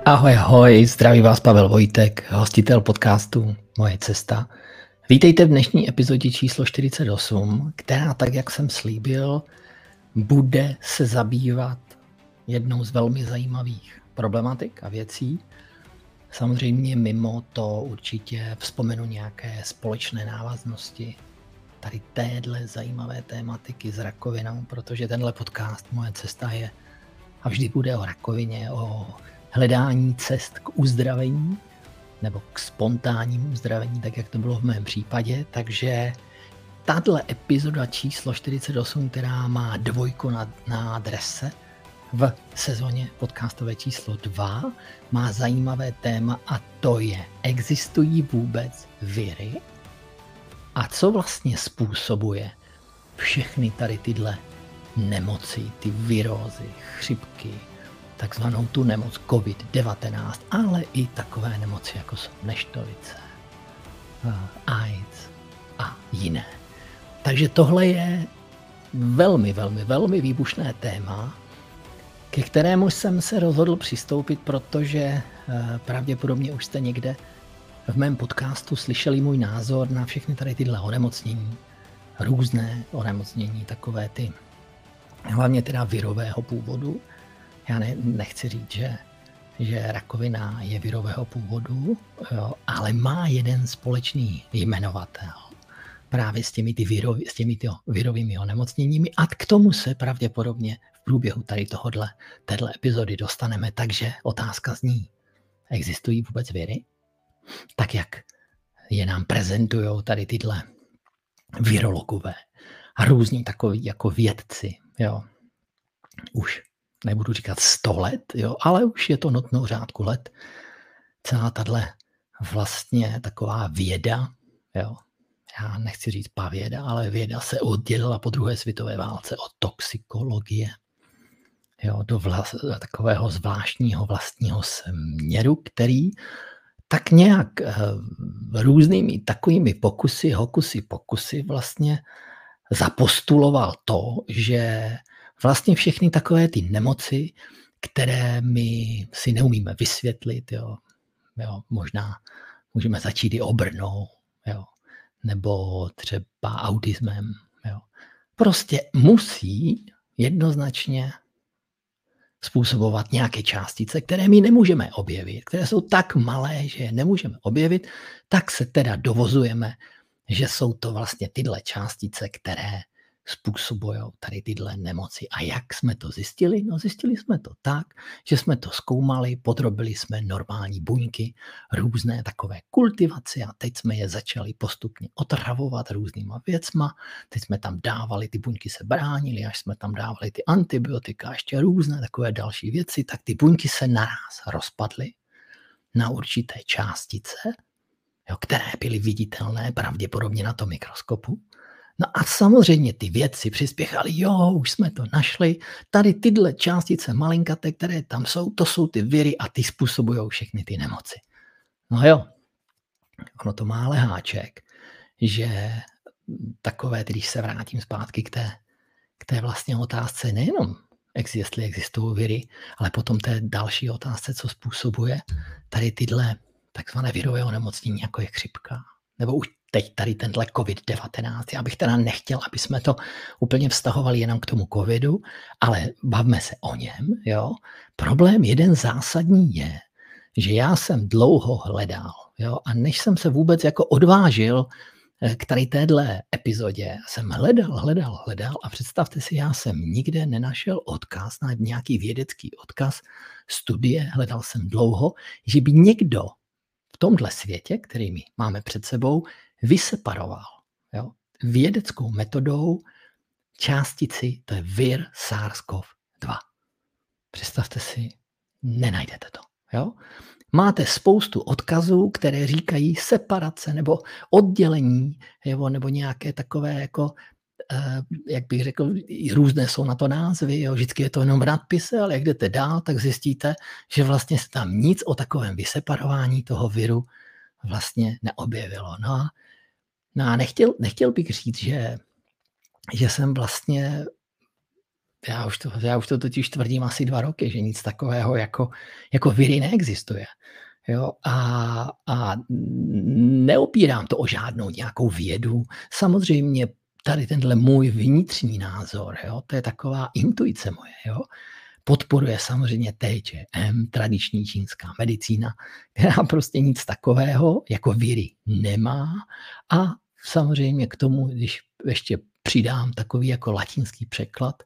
Ahoj, ahoj, zdraví vás Pavel Vojtek, hostitel podcastu Moje cesta. Vítejte v dnešní epizodě číslo 48, která, tak jak jsem slíbil, bude se zabývat jednou z velmi zajímavých problematik a věcí. Samozřejmě mimo to určitě vzpomenu nějaké společné návaznosti tady téhle zajímavé tématiky s rakovinou, protože tenhle podcast Moje cesta je a vždy bude o rakovině, o hledání cest k uzdravení nebo k spontánnímu uzdravení, tak jak to bylo v mém případě. Takže tahle epizoda číslo 48, která má 2 na adrese v sezóně podcastové číslo 2, má zajímavé téma a to je: existují vůbec viry? A co vlastně způsobuje všechny tady tyhle nemoci, ty virózy, chřipky, takzvanou tu nemoc COVID-19, ale i takové nemoci, jako jsou neštovice, AIDS a jiné. Takže tohle je velmi, velmi, velmi výbušné téma, ke kterému jsem se rozhodl přistoupit, protože pravděpodobně už jste někde v mém podcastu slyšeli můj názor na všechny tady tyhle onemocnění, různé onemocnění, takové ty, hlavně teda virového původu. Já nechci říct, že rakovina je virového původu, jo, ale má jeden společný jmenovatel právě s těmi virovými onemocněními a k tomu se pravděpodobně v průběhu tady téhle epizody dostaneme. Takže otázka zní: existují vůbec viry? Tak jak je nám prezentují tady tyhle virologové a různí takoví jako vědci, jo, už nebudu říkat 100 let, jo, ale už je to notnou řádku let. Celá tahle vlastně taková věda, jo, já nechci říct pavěda, ale věda se oddělila po druhé světové válce od toxikologie, jo, do takového zvláštního vlastního směru, který tak nějak různými takovými pokusy vlastně zapostuloval to, že vlastně všechny takové ty nemoci, které my si neumíme vysvětlit, jo, možná můžeme začít i obrnou, jo, nebo třeba autismem, jo, prostě musí jednoznačně způsobovat nějaké částice, které my nemůžeme objevit, které jsou tak malé, že je nemůžeme objevit, tak se teda dovozujeme, že jsou to vlastně tyhle částice, které způsobují tady tyhle nemoci. A jak jsme to zjistili? No, zjistili jsme to tak, že jsme to zkoumali, podrobili jsme normální buňky různé takové kultivaci a teď jsme je začali postupně otravovat různýma věcma. Teď jsme tam dávali, ty buňky se bránily, až jsme tam dávali ty antibiotika a ještě různé takové další věci, tak ty buňky se naráz rozpadly na určité částice, jo, které byly viditelné pravděpodobně na tom mikroskopu. No a samozřejmě ty vědci přispěchali, jo, už jsme to našli, tady tyhle částice malinkaté, které tam jsou, to jsou ty viry a ty způsobují všechny ty nemoci. No jo, ono to má ale háček, že takové, když se vrátím zpátky k té vlastně otázce, nejenom jestli existují viry, ale potom té další otázce, co způsobuje tady tyhle takzvané virové onemocnění, jako je chřipka, nebo už teď tady tenhle COVID-19. Já bych teda nechtěl, aby jsme to úplně vztahovali jenom k tomu covidu, ale bavme se o něm. Jo. Problém jeden zásadní je, že já jsem dlouho hledal, jo, a než jsem se vůbec jako odvážil k tady téhle epizodě, jsem hledal a představte si, já jsem nikde nenašel odkaz na nějaký vědecký odkaz, studie, hledal jsem dlouho, že by někdo v tomhle světě, který my máme před sebou, vyseparoval, jo, vědeckou metodou částici, to je vir SARS-CoV-2. Představte si, nenajdete to. Jo? Máte spoustu odkazů, které říkají separace nebo oddělení, jo, nebo nějaké takové, jako, jak bych řekl, různé jsou na to názvy, jo? Vždycky je to jenom v nadpise, ale jak jdete dál, tak zjistíte, že vlastně se tam nic o takovém vyseparování toho viru vlastně neobjevilo. No a nechtěl bych říct, že jsem vlastně Já už to totiž tvrdím asi 2 roky, že nic takového jako viry neexistuje. Jo? A neopírám to o žádnou nějakou vědu. Samozřejmě tady tenhle můj vnitřní názor, jo? To je taková intuice moje, jo? Podporuje samozřejmě TČM, tradiční čínská medicína, která prostě nic takového jako viry nemá. A samozřejmě k tomu, když ještě přidám takový jako latinský překlad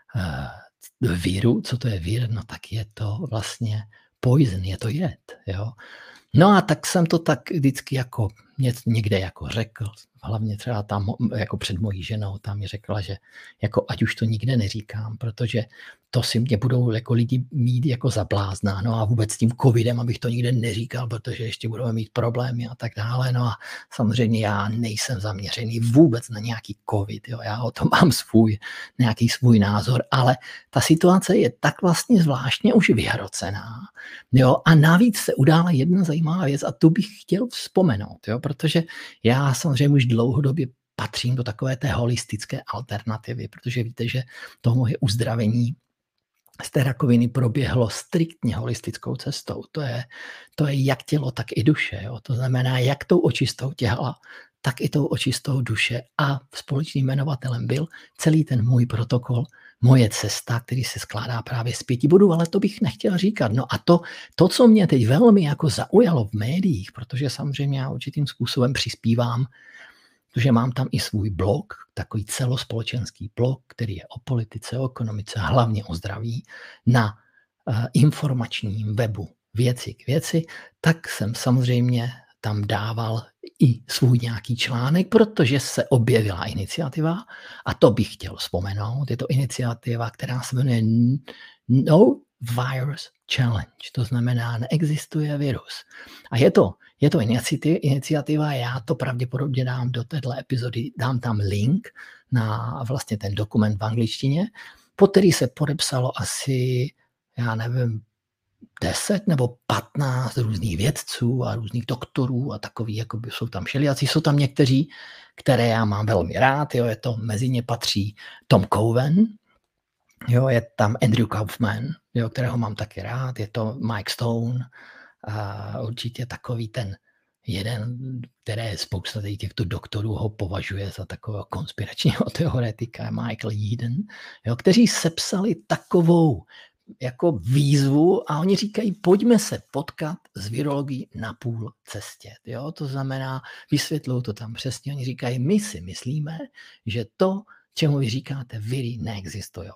viru, co to je vir, no tak je to vlastně poison, je to jed. Jo? No a tak jsem to tak vždycky jako někde jako řekl, hlavně třeba tam jako před mojí ženou, tam mi řekla, že jako ať už to nikde neříkám, protože to si mě budou jako lidi mít jako za blázna, no a vůbec s tím covidem, abych to nikde neříkal, protože ještě budeme mít problémy a tak dále, no a samozřejmě já nejsem zaměřený vůbec na nějaký covid, jo, já o tom mám nějaký svůj názor, ale ta situace je tak vlastně zvláštně už vyhrocená, jo, a navíc se udála jedna zajímavá věc a tu bych chtěl vzpomenout, jo, protože já samozřejmě už dlouhodobě patřím do takové té holistické alternativy, protože víte, že to moje uzdravení z té rakoviny proběhlo striktně holistickou cestou. To je jak tělo, tak i duše. Jo? To znamená, jak tou očistou těla, tak i tou očistou duše. A společným jmenovatelem byl celý ten můj protokol, moje cesta, který se skládá právě z 5 bodů, ale to bych nechtěl říkat. No a to, co mě teď velmi jako zaujalo v médiích, protože samozřejmě já určitým způsobem přispívám, protože mám tam i svůj blog, takový celospolečenský blog, který je o politice, o ekonomice, hlavně o zdraví, na informačním webu Věci k věci, tak jsem samozřejmě tam dával i svůj nějaký článek, protože se objevila iniciativa, a to bych chtěl vzpomenout, je to iniciativa, která se jmenuje No Virus Challenge, to znamená neexistuje virus. A je to iniciativa, já to pravděpodobně dám do této epizody, dám tam link na vlastně ten dokument v angličtině, pod který se podepsalo asi, já nevím, 10 nebo 15 různých vědců a různých doktorů a takový, jako jsou tam všelijací. Jsou tam někteří, které já mám velmi rád, jo, mezi ně patří Tom Cowan, jo, je tam Andrew Kaufman, jo, kterého mám taky rád, je to Mike Stone, a určitě takový ten jeden, které spousta těchto doktorů ho považuje za takového konspiračního teoretika, Michael Yeadon, jo, kteří sepsali takovou jako výzvu a oni říkají, pojďme se potkat s virologií na půl cestě. Jo? To znamená, vysvětlují to tam přesně, oni říkají, my si myslíme, že to, čemu vy říkáte, viry neexistují.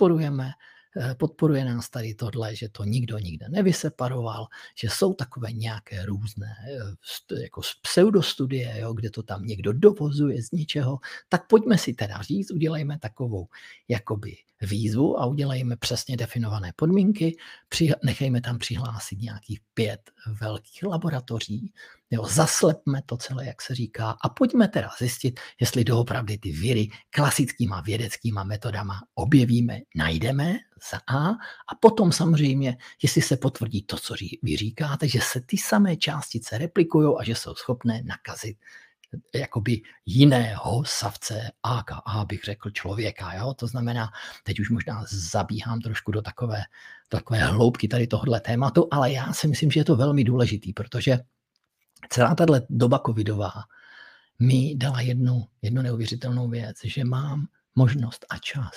Podporuje nás tady tohle, že to nikdo nikde nevyseparoval, že jsou takové nějaké různé jako pseudostudie, jo, kde to tam někdo dovozuje z ničeho, tak pojďme si teda říct, udělejme takovou jakoby výzvu a udělejme přesně definované podmínky, nechejme tam přihlásit nějakých 5 velkých laboratoří, jo, zaslepme to celé, jak se říká, a pojďme teda zjistit, jestli doopravdy ty viry klasickýma vědeckýma metodama objevíme, najdeme za a potom samozřejmě, jestli se potvrdí to, co vy říkáte, že se ty samé částice replikují a že jsou schopné nakazit jakoby jiného savce, aka bych řekl člověka. Jo? To znamená, teď už možná zabíhám trošku do takové hloubky tady tohohle tématu, ale já si myslím, že je to velmi důležitý, protože celá tato doba covidová mi dala jednu neuvěřitelnou věc, že mám možnost a čas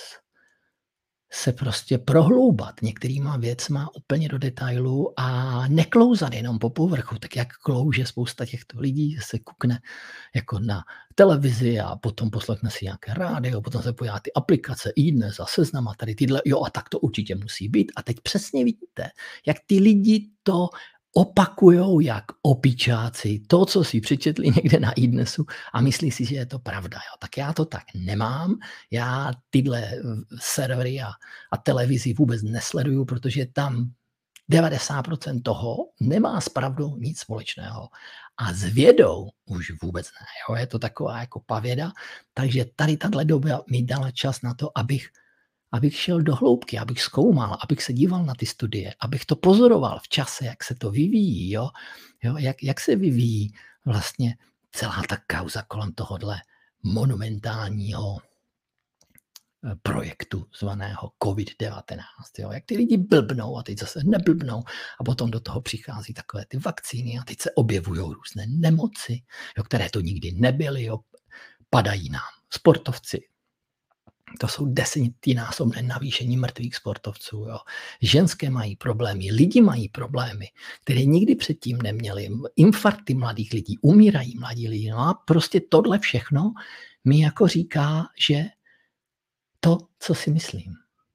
se prostě prohloubat některýma věcma úplně do detailu a neklouzat jenom po povrchu, tak jak klouže spousta těchto lidí, se kukne jako na televizi a potom poslechne si nějaké rádio, potom se pojá ty aplikace iDnes a Seznam a tady tyhle, jo a tak to určitě musí být. A teď přesně vidíte, jak ty lidi to opakujou jak opičáci to, co si přečetli někde na iDnesu a myslí si, že je to pravda. Jo. Tak já to tak nemám. Já tyhle servery a televizi vůbec nesleduju, protože tam 90% toho nemá s pravdou nic společného. A s vědou už vůbec ne. Jo. Je to taková jako pavěda. Takže tady tato doba mi dala čas na to, abych šel do hloubky, abych zkoumal, abych se díval na ty studie, abych to pozoroval v čase, jak se to vyvíjí, jo? Jak se vyvíjí vlastně celá ta kauza kolem tohohle monumentálního projektu zvaného COVID-19. Jo? Jak ty lidi blbnou a teď zase neblbnou a potom do toho přichází takové ty vakcíny a teď se objevují různé nemoci, jo, které to nikdy nebyly, jo? Padají nám sportovci. To jsou desetinásobné navýšení mrtvých sportovců. Jo. Ženské mají problémy, lidi mají problémy, které nikdy předtím neměli. Infarkty mladých lidí, umírají mladí lidi. No a prostě tohle všechno mi jako říká, že to, co si myslím.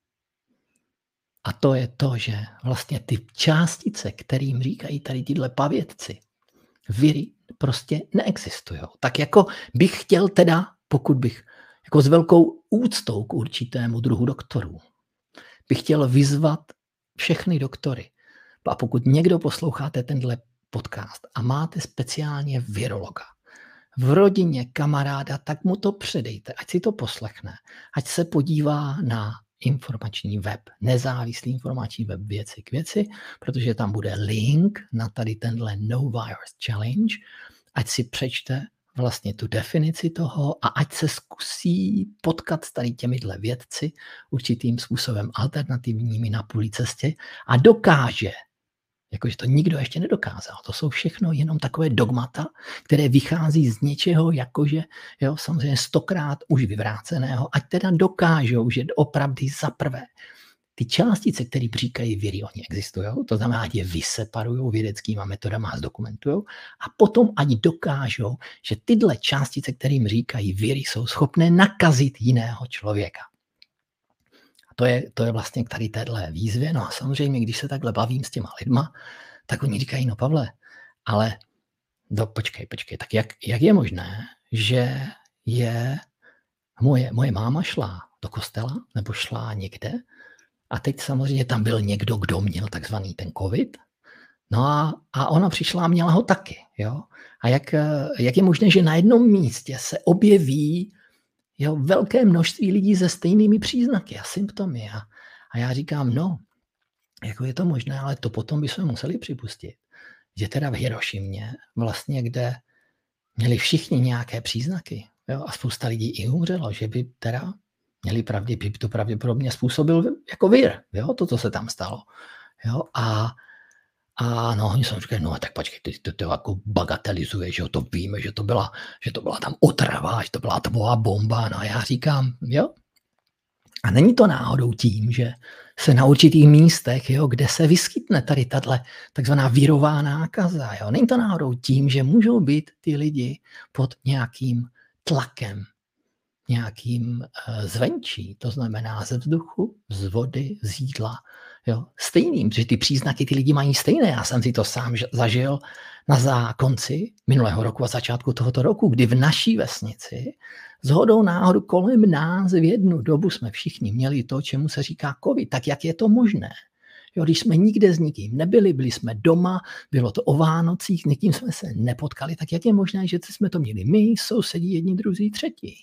A to je to, že vlastně ty částice, kterým říkají tady tyhle pavědci, viry prostě neexistují. Tak jako bych chtěl teda, pokud bych jako s velkou úctou k určitému druhu doktorů, bych chtěl vyzvat všechny doktory. A pokud někdo posloucháte tenhle podcast a máte speciálně virologa v rodině, kamaráda, tak mu to předejte, ať si to poslechne, ať se podívá na informační web, nezávislý informační web Věci k věci, protože tam bude link na tady tenhle No Virus Challenge, ať si přečte vlastně tu definici toho a ať se zkusí potkat s tady těmihle vědci určitým způsobem alternativními na půli cestě a dokáže, jakože to nikdo ještě nedokázal. To jsou všechno jenom takové dogmata, které vychází z něčeho, jakože jo, samozřejmě 100krát už vyvráceného, ať teda dokážou, že opravdu za prvé ty částice, které říkají viry, oni existují, to znamená, ať je vyseparují vědeckýma metodama a zdokumentují a potom ať dokážou, že tyhle částice, kterým říkají viry, jsou schopné nakazit jiného člověka. A to je vlastně k tady téhle výzvě. No a samozřejmě, když se takhle bavím s těma lidma, tak oni říkají, no Pavle, ale počkej, tak jak je možné, že je moje máma šla do kostela nebo šla někde a teď samozřejmě tam byl někdo, kdo měl takzvaný ten covid, no a ona přišla a měla ho taky. Jo? A jak je možné, že na jednom místě se objeví velké množství lidí se stejnými příznaky a symptomy. A já říkám, no, jako je to možné, ale to potom bychom museli připustit, že teda v Hirošimě, vlastně, kde měli všichni nějaké příznaky, jo, a spousta lidí i umřelo, že by teda měli by to pravděpodobně způsobil jako vir, jo, to, co se tam stalo. Jo, a no, oni jsou říkali, no tak počkej, ty to jako bagatelizuješ, že to víme, že to byla tam otrava, že to byla atomová bomba, no a já říkám, jo. A není to náhodou tím, že se na určitých místech, jo, kde se vyskytne tady tato takzvaná virová nákaza, jo, není to náhodou tím, že můžou být ty lidi pod nějakým tlakem, nějakým zvenčí, to znamená ze vzduchu, z vody, z jídla, jo, stejným, protože ty příznaky ty lidi mají stejné. Já jsem si to sám zažil na konci minulého roku a začátku tohoto roku, kdy v naší vesnici shodou náhodou kolem nás v jednu dobu jsme všichni měli to, čemu se říká covid. Tak jak je to možné? Jo, když jsme nikde s nikým nebyli, byli jsme doma, bylo to o Vánocích, s nikým jsme se nepotkali, tak jak je možné, že jsme to měli my, sousedí, jedni, druzí, třetí?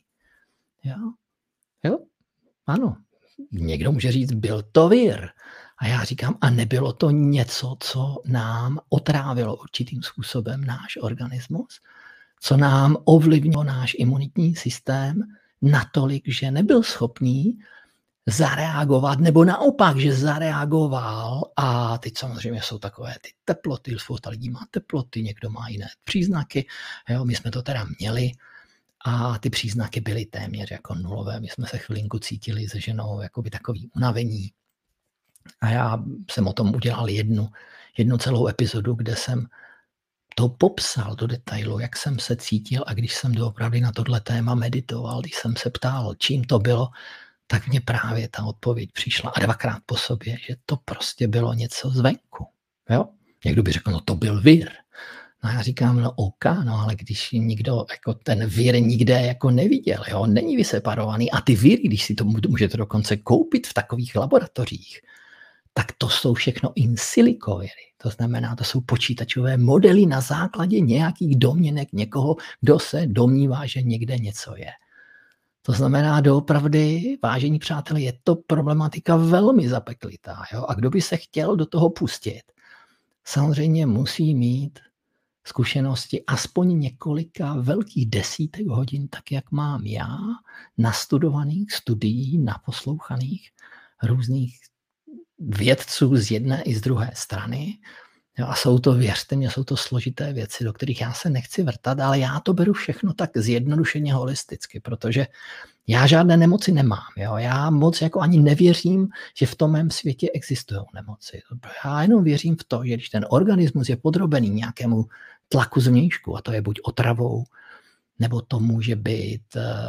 Jo, ano. Někdo může říct, byl to vir. A já říkám, a nebylo to něco, co nám otrávilo určitým způsobem náš organismus, co nám ovlivnilo náš imunitní systém natolik, že nebyl schopný zareagovat, nebo naopak, že zareagoval a teď samozřejmě jsou takové ty teploty, spousta lidí má teploty, někdo má jiné příznaky, jo, my jsme to teda měli a ty příznaky byly téměř jako nulové, my jsme se chvilinku cítili se ženou jakoby takový unavení a já jsem o tom udělal jednu celou epizodu, kde jsem to popsal do detailu, jak jsem se cítil a když jsem doopravdy na tohle téma meditoval, když jsem se ptal, čím to bylo, tak mně právě ta odpověď přišla a dvakrát po sobě, že to prostě bylo něco zvenku. Jo? Někdo by řekl, no to byl vir. No já říkám, no OK, no ale když nikdo jako ten vir nikde jako neviděl, jo, není vyseparovaný a ty viry, když si to můžete dokonce koupit v takových laboratořích, tak to jsou všechno in silico viry. To znamená, to jsou počítačové modely na základě nějakých domněnek někoho, kdo se domnívá, že někde něco je. To znamená doopravdy, vážení přátelé, je to problematika velmi zapeklitá. Jo? A kdo by se chtěl do toho pustit, samozřejmě musí mít zkušenosti aspoň několika velkých desítek hodin, tak jak mám já, nastudovaných studií, naposlouchaných různých vědců z jedné i z druhé strany. Jo, a jsou to, věřte mě, jsou to složité věci, do kterých já se nechci vrtat, ale já to beru všechno tak zjednodušeně holisticky, protože já žádné nemoci nemám. Jo? Já moc jako ani nevěřím, že v tom mém světě existují nemoci. Já jenom věřím v to, že když ten organismus je podrobený nějakému tlaku zvnějšku, a to je buď otravou, nebo to může být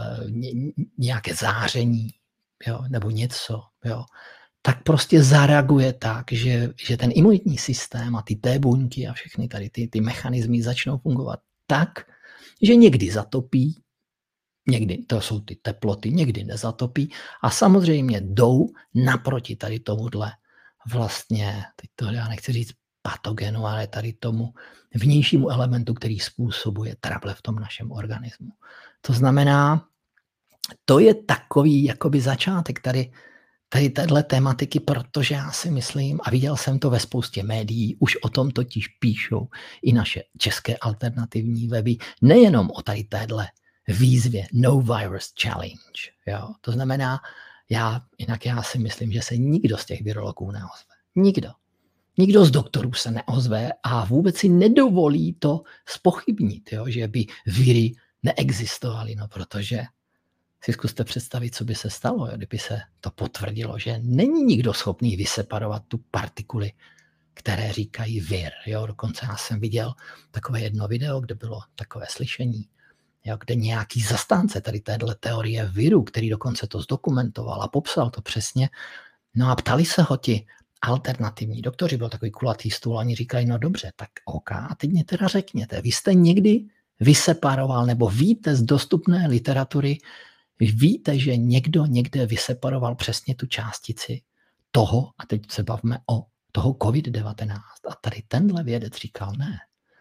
nějaké záření, jo? Nebo něco, jo? Tak prostě zareaguje tak, že ten imunitní systém a ty T buňky a všechny tady ty mechanismy začnou fungovat tak, že někdy zatopí, někdy to jsou ty teploty, někdy nezatopí a samozřejmě jdou naproti tady tomuhle vlastně, teď to já nechci říct patogenu, ale tady tomu vnějšímu elementu, který způsobuje trable v tom našem organismu. To znamená, to je takový jakoby začátek tady téhle tématiky, protože já si myslím, a viděl jsem to ve spoustě médií, už o tom totiž píšou i naše české alternativní weby, nejenom o tady téhle výzvě No Virus Challenge. Jo? To znamená, já si myslím, že se nikdo z těch virologů neozve. Nikdo. Nikdo z doktorů se neozve a vůbec si nedovolí to zpochybnit, jo? Že by viry neexistovaly, no protože si zkuste představit, co by se stalo, kdyby se to potvrdilo, že není nikdo schopný vyseparovat tu partikuli, které říkají vir. Jo? Dokonce já jsem viděl takové jedno video, kde bylo takové slyšení, jo? Kde nějaký zastánce tady téhle teorie viru, který dokonce to zdokumentoval a popsal to přesně, no a ptali se ho ti alternativní doktoři, byl takový kulatý stůl, oni říkají, no dobře, tak OK, a teď mě teda řekněte, vy jste někdy vyseparoval, nebo víte z dostupné literatury, víte, že někdo někde vyseparoval přesně tu částici toho, a teď se bavme o toho COVID-19. A tady tenhle vědec říkal, ne.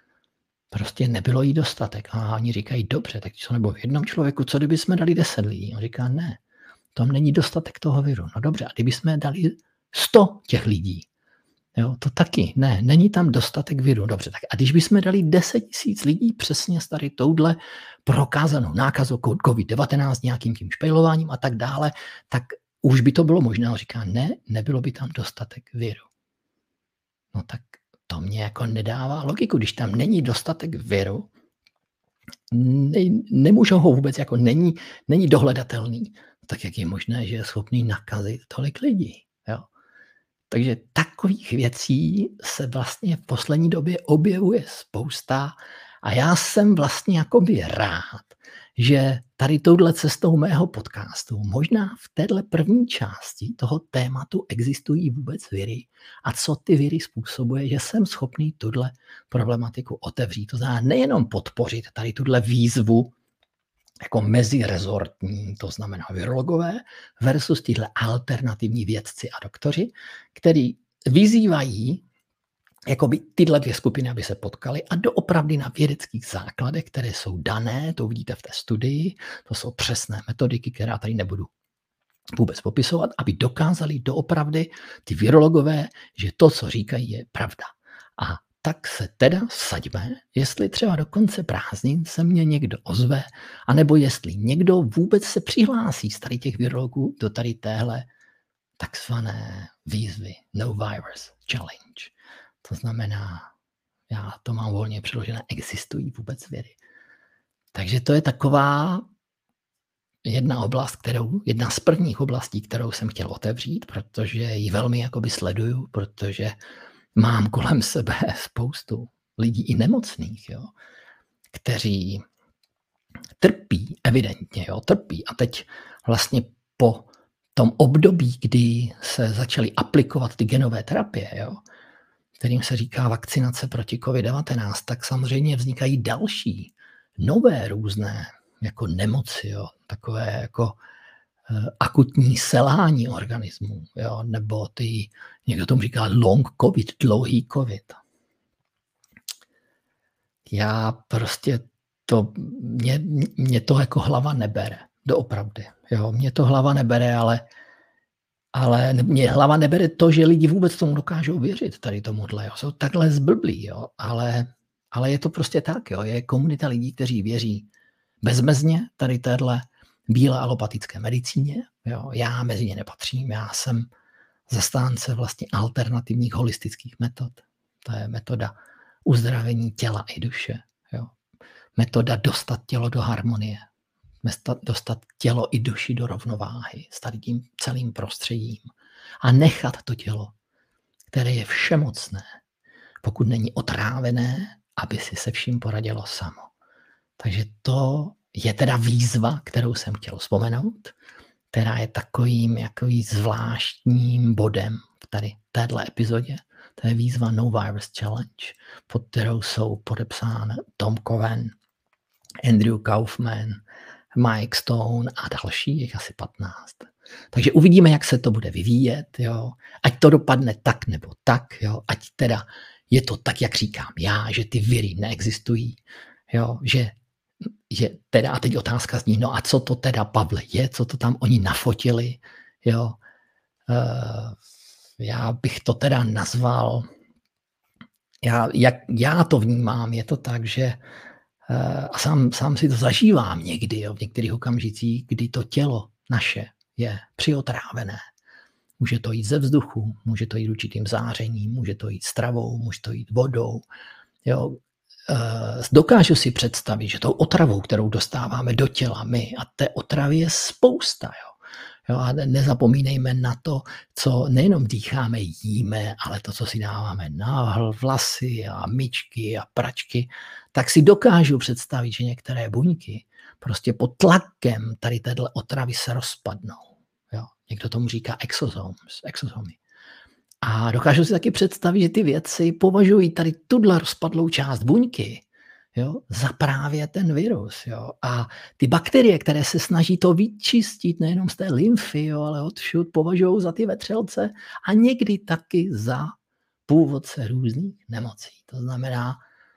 Prostě nebylo jí dostatek. A oni říkají, dobře, tak co nebo v jednom člověku, co kdyby jsme dali 10 lidí? On říká, ne, tam není dostatek toho viru. No dobře, a kdyby jsme dali 100 těch lidí? Jo, to taky, ne, není tam dostatek viru. Dobře, tak a když bychom dali 10 000 lidí přesně s tady touhle prokázanou nákazou COVID-19 nějakým tím špejlováním a tak dále, tak už by to bylo možné. On říká, ne, nebylo by tam dostatek viru. No tak to mě jako nedává logiku, když tam není dostatek viru, nemůžu ho vůbec, jako není dohledatelný, tak jak je možné, že je schopný nakazit tolik lidí, jo? Takže takových věcí se vlastně v poslední době objevuje spousta a já jsem vlastně jakoby rád, že tady touhle cestou mého podcastu možná v téhle první části toho tématu existují vůbec viry a co ty viry způsobuje, že jsem schopný tuhle problematiku otevřít. To znamená nejenom podpořit tady tuhle výzvu jako mezirezortní, to znamená virologové versus tyhle alternativní vědci a doktoři, který vyzývají jakoby tyhle dvě skupiny, aby se potkaly a doopravdy na vědeckých základech, které jsou dané, to vidíte v té studii, to jsou přesné metodiky, které tady nebudu vůbec popisovat, aby dokázali doopravdy ty virologové, že to, co říkají, je pravda. A tak se teda vsaďme, jestli třeba do konce prázdnin se mě někdo ozve, anebo jestli někdo vůbec se přihlásí z tady těch virologů do tady téhle takzvané výzvy No Virus Challenge. To znamená, já to mám volně přeložené, existují vůbec viry. Takže to je taková jedna z prvních oblastí, kterou jsem chtěl otevřít, protože ji velmi jakoby sleduju, protože mám kolem sebe spoustu lidí i nemocných, jo, kteří trpí, evidentně, jo, trpí. A teď vlastně po tom období, kdy se začaly aplikovat ty genové terapie, jo, kterým se říká vakcinace proti COVID-19, tak samozřejmě vznikají další, nové různé jako nemoci, jo, takové jako akutní selhání organismů, jo, nebo někdo tomu říká long covid, dlouhý covid. Já prostě mě to jako hlava nebere, doopravdy. Jo, mě to hlava nebere, ale mě hlava nebere to, že lidi vůbec tomu dokážou věřit, tady tomuhle, jo, jsou takhle zblblí, jo, ale Ale je to prostě tak, jo. Je komunita lidí, kteří věří bezmezně tady téhle bílé alopatické medicíně. Jo. Já mezi ně nepatřím, já jsem zastánce vlastně alternativních holistických metod. To je metoda uzdravení těla i duše. Jo. Metoda dostat tělo do harmonie. Dostat tělo i duši do rovnováhy s tady tím celým prostředím. A nechat to tělo, které je všemocné, pokud není otrávené, aby si se vším poradilo samo. Takže to je teda výzva, kterou jsem chtěl vzpomenout, která je takovým zvláštním bodem v tady téhle epizodě. To je výzva No Virus Challenge, pod kterou jsou podepsány Tom Coven, Andrew Kaufman, Mike Stone a další, jich asi 15. Takže uvidíme, jak se to bude vyvíjet. Jo. Ať to dopadne tak nebo tak, jo. Ať teda je to tak, jak říkám já, že ty viry neexistují, jo. Že teda, a teď otázka zní, no a co to teda, Pavle, je, co to tam oni nafotili, jo. Já bych to teda nazval, jak já to vnímám, je to tak, že a sám si to zažívám někdy, jo, v některých okamžicích, kdy to tělo naše je přiotrávené. Může to jít ze vzduchu, může to jít určitým zářením, může to jít stravou, může to jít vodou. Jo. Dokážu si představit, že tou otravou, kterou dostáváme do těla my, a té otravy je spousta. Jo, a nezapomínejme na to, co nejenom dýcháme, jíme, ale to, co si dáváme na vlasy a myčky a pračky, tak si dokážu představit, že některé buňky prostě pod tlakem tady téhle otravy se rozpadnou. Jo. Někdo tomu říká exozomy. A dokážu si taky představit, že ty věci považují tady tuhle rozpadlou část buňky, jo, za právě ten virus. Jo. A ty bakterie, které se snaží to vyčistit nejenom z té lymfy, jo, ale odšud, považují za ty vetřelce a někdy taky za původce různých nemocí. To znamená,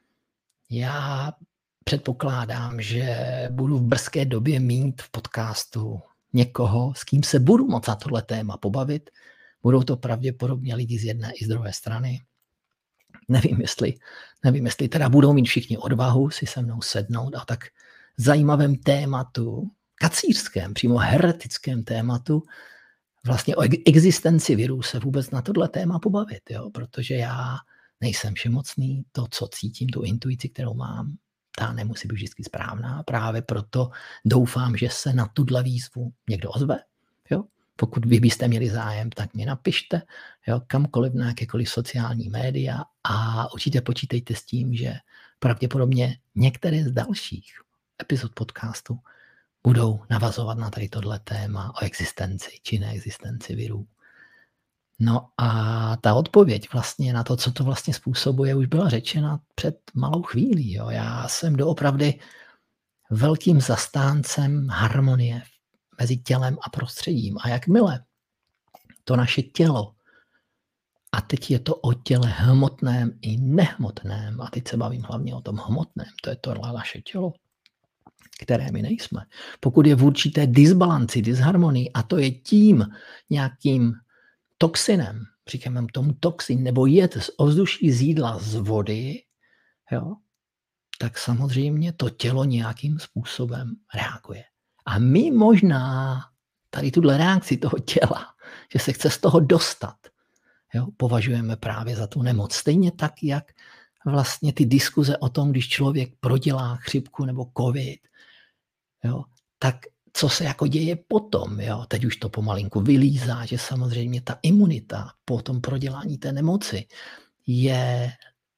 já předpokládám, že budu v brzké době mít v podcastu někoho, s kým se budu moct na tohle téma pobavit. Budou to pravděpodobně lidi z jedné i z druhé strany. Nevím, jestli teda budou mít všichni odvahu si se mnou sednout a tak zajímavém tématu, kacířském, přímo heretickém tématu, vlastně o existenci virů se vůbec na tohle téma pobavit, jo? Protože já nejsem všemocný, to, co cítím, tu intuici, kterou mám, ta nemusí být vždycky správná. Právě proto doufám, že se na tuhle výzvu někdo ozve. Jo? Pokud vy byste měli zájem, tak mě napište, jo, kamkoliv na jakékoliv sociální média a určitě počítejte s tím, že pravděpodobně některé z dalších epizod podcastu budou navazovat na tady tohle téma o existenci či neexistenci virů. No a ta odpověď vlastně na to, co to vlastně způsobuje, už byla řečena před malou chvílí. Jo. Já jsem doopravdy velkým zastáncem harmonie mezi tělem a prostředím. A jakmile to naše tělo, a teď je to o těle hmotném i nehmotném, a teď se bavím hlavně o tom hmotném, to je tohle naše tělo, které my nejsme. Pokud je v určité disbalanci, disharmonii, a to je tím nějakým toxinem, říkáme tomu toxin, nebo jed z ovzduší, z jídla, z vody, jo, tak samozřejmě to tělo nějakým způsobem reaguje. A my možná tady tuhle reakci toho těla, že se chce z toho dostat, jo, považujeme právě za tu nemoc. Stejně tak, jak vlastně ty diskuze o tom, když člověk prodělá chřipku nebo covid, jo, tak co se jako děje potom. Jo? Teď už to pomalinku vylízá, že samozřejmě ta imunita po tom prodělání té nemoci je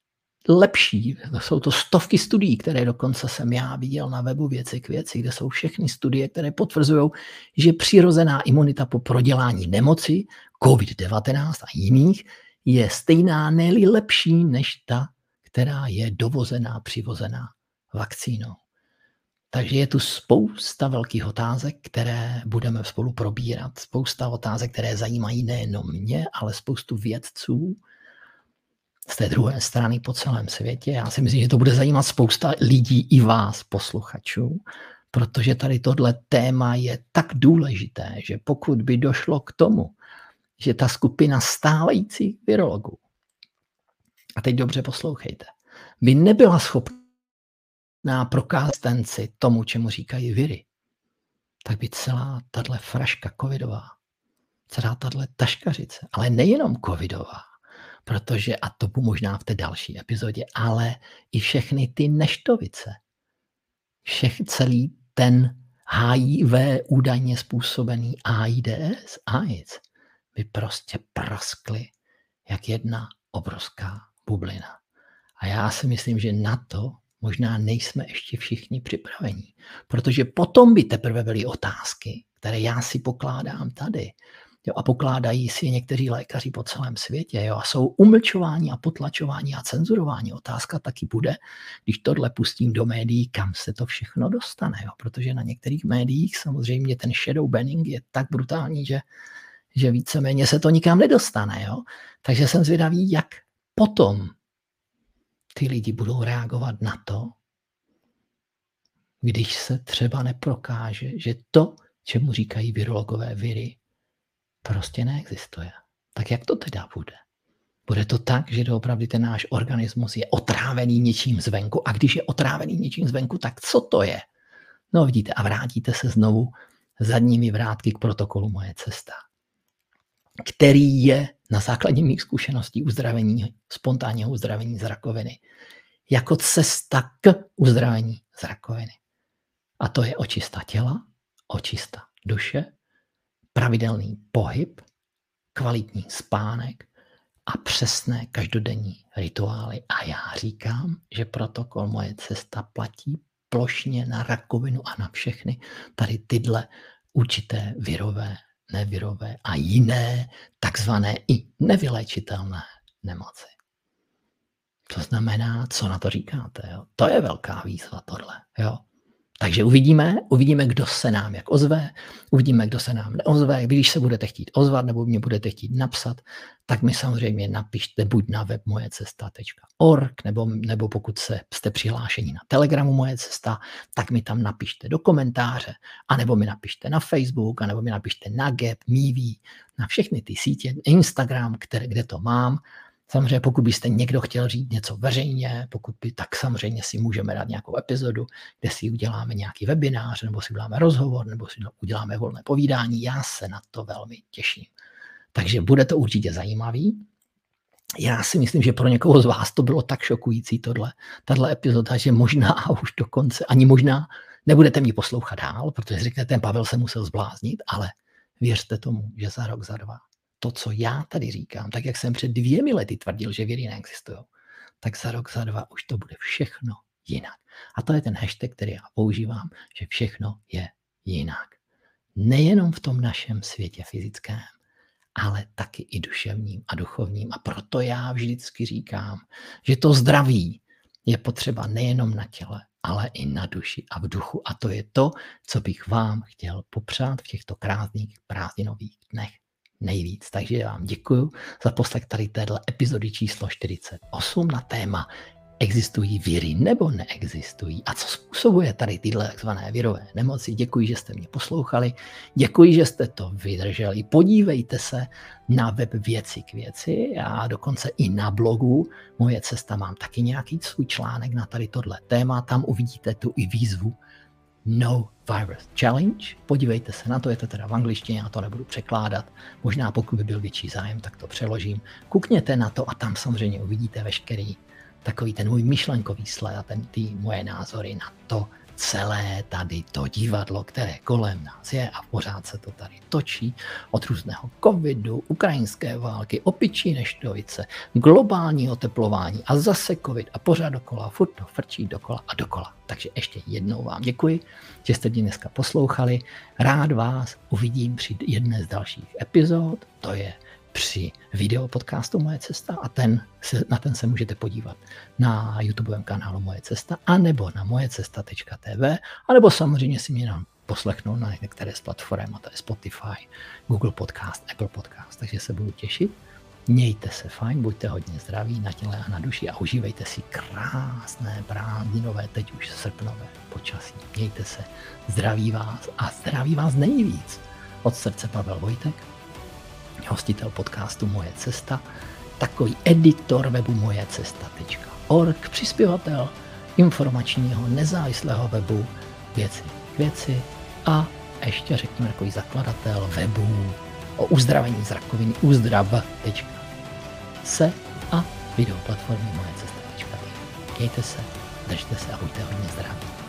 lepší. Jsou to stovky studií, které dokonce jsem já viděl na webu Věci k věci, kde jsou všechny studie, které potvrzují, že přirozená imunita po prodělání nemoci, COVID-19 a jiných, je stejná, ne-li lepší, než ta, která je dovozená, přivozená vakcínou. Takže je tu spousta velkých otázek, které budeme spolu probírat. Spousta otázek, které zajímají nejenom mě, ale spoustu vědců z té druhé strany po celém světě. Já si myslím, že to bude zajímat spousta lidí i vás, posluchačů, protože tady tohle téma je tak důležité, že pokud by došlo k tomu, že ta skupina stávajících virologů, a teď dobře poslouchejte, by nebyla schopná prokázat tomu, čemu říkají viry, tak by celá tahle fraška covidová, celá tahle taškařice, ale nejenom covidová, protože, a to možná v té další epizodě, ale i všechny ty neštovice, celý ten HIV údajně způsobený AIDS by prostě praskly jak jedna obrovská bublina. A já si myslím, že na to možná nejsme ještě všichni připraveni. Protože potom by teprve byly otázky, které já si pokládám tady. Jo, a pokládají si někteří lékaři po celém světě. Jo, a jsou umlčováni a potlačováni a cenzurováni. Otázka taky bude, když tohle pustím do médií, kam se to všechno dostane. Jo, protože na některých médiích samozřejmě ten shadow banning je tak brutální, že víceméně se to nikam nedostane. Jo. Takže jsem zvědavý, jak potom ty lidi budou reagovat na to, když se třeba neprokáže, že to, čemu říkají virologové viry, prostě neexistuje. Tak jak to teda bude? Bude to tak, že doopravdy ten náš organismus je otrávený něčím zvenku, a když je otrávený něčím zvenku, tak co to je? No vidíte, a vrátíte se znovu zadními vrátky k protokolu Moje cesta, který je na základě mých zkušeností uzdravení, spontánního uzdravení z rakoviny, jako cesta k uzdravení z rakoviny. A to je očista těla, očista duše, pravidelný pohyb, kvalitní spánek a přesné každodenní rituály. A já říkám, že protokol Moje cesta platí plošně na rakovinu a na všechny tady tyhle určité virové, nevirové a jiné takzvané i nevyléčitelné nemoci. To znamená, co na to říkáte. Jo? To je velká výzva tohle. Jo? Takže uvidíme, kdo se nám jak ozve, uvidíme, kdo se nám neozve. Když se budete chtít ozvat nebo mě budete chtít napsat, tak mi samozřejmě napište buď na web mojecesta.org, nebo pokud jste přihlášeni na Telegramu Moje cesta, tak mi tam napište do komentáře, anebo mi napište na Facebook, anebo mi napište na Gab, Mivi, na všechny ty sítě, Instagram, kde to mám. Samozřejmě pokud byste někdo chtěl říct něco veřejně, tak samozřejmě si můžeme dát nějakou epizodu, kde si uděláme nějaký webinář, nebo si uděláme rozhovor, nebo si uděláme volné povídání. Já se na to velmi těším. Takže bude to určitě zajímavý. Já si myslím, že pro někoho z vás to bylo tak šokující tahle epizoda, že možná už dokonce ani možná nebudete mě poslouchat dál, protože řeknete, ten Pavel se musel zbláznit, ale věřte tomu, že za rok, za dva to, co já tady říkám, tak jak jsem před 2 lety tvrdil, že viry neexistují, tak za rok, za dva už to bude všechno jinak. A to je ten hashtag, který já používám, že všechno je jinak. Nejenom v tom našem světě fyzickém, ale taky i duševním a duchovním. A proto já vždycky říkám, že to zdraví je potřeba nejenom na těle, ale i na duši a v duchu. A to je to, co bych vám chtěl popřát v těchto krásných prázdninových dnech nejvíc. Takže vám děkuji za poslech tady téhle epizody číslo 48 na téma existují viry nebo neexistují a co způsobuje tady tyhle takzvané virové nemoci. Děkuji, že jste mě poslouchali, děkuji, že jste to vydrželi. Podívejte se na web Věci k věci a dokonce i na blogu Moje cesta mám taky nějaký svůj článek na tady tohle téma. Tam uvidíte tu i výzvu No Virus Challenge. Podívejte se na to, je to teda v angličtině, já to nebudu překládat. Možná pokud by byl větší zájem, tak to přeložím. Kukněte na to a tam samozřejmě uvidíte veškerý takový ten můj myšlenkový sled a ty moje názory na to celé tady to divadlo, které kolem nás je a pořád se to tady točí od různého covidu, ukrajinské války, opičí neštovice, globální oteplování a zase covid a pořád dokola, furt to frčí dokola a dokola. Takže ještě jednou vám děkuji, že jste mě dneska poslouchali. Rád vás uvidím při jedné z dalších epizod, to je při videopodcastu Moje cesta a na ten se můžete podívat na YouTubeovém kanálu Moje cesta anebo na mojecesta.tv anebo samozřejmě si mě poslechnout na některé z platform, a to je Spotify, Google Podcast, Apple Podcast, takže se budu těšit. Mějte se fajn, buďte hodně zdraví na těle a na duši a užívejte si krásné prázdninové, teď už srpnové počasí. Mějte se, zdraví vás nejvíc. Od srdce Pavel Vojtek, hostitel podcastu Moje cesta. takový editor webu mojecesta.org, přispěvatel informačního nezávislého webu Věci k věci a ještě řekněme takový zakladatel webu o uzdravení z rakoviny uzdrav.se a videoplatformy mojecesta.tv. Mějte se, držte se a buďte hodně zdraví.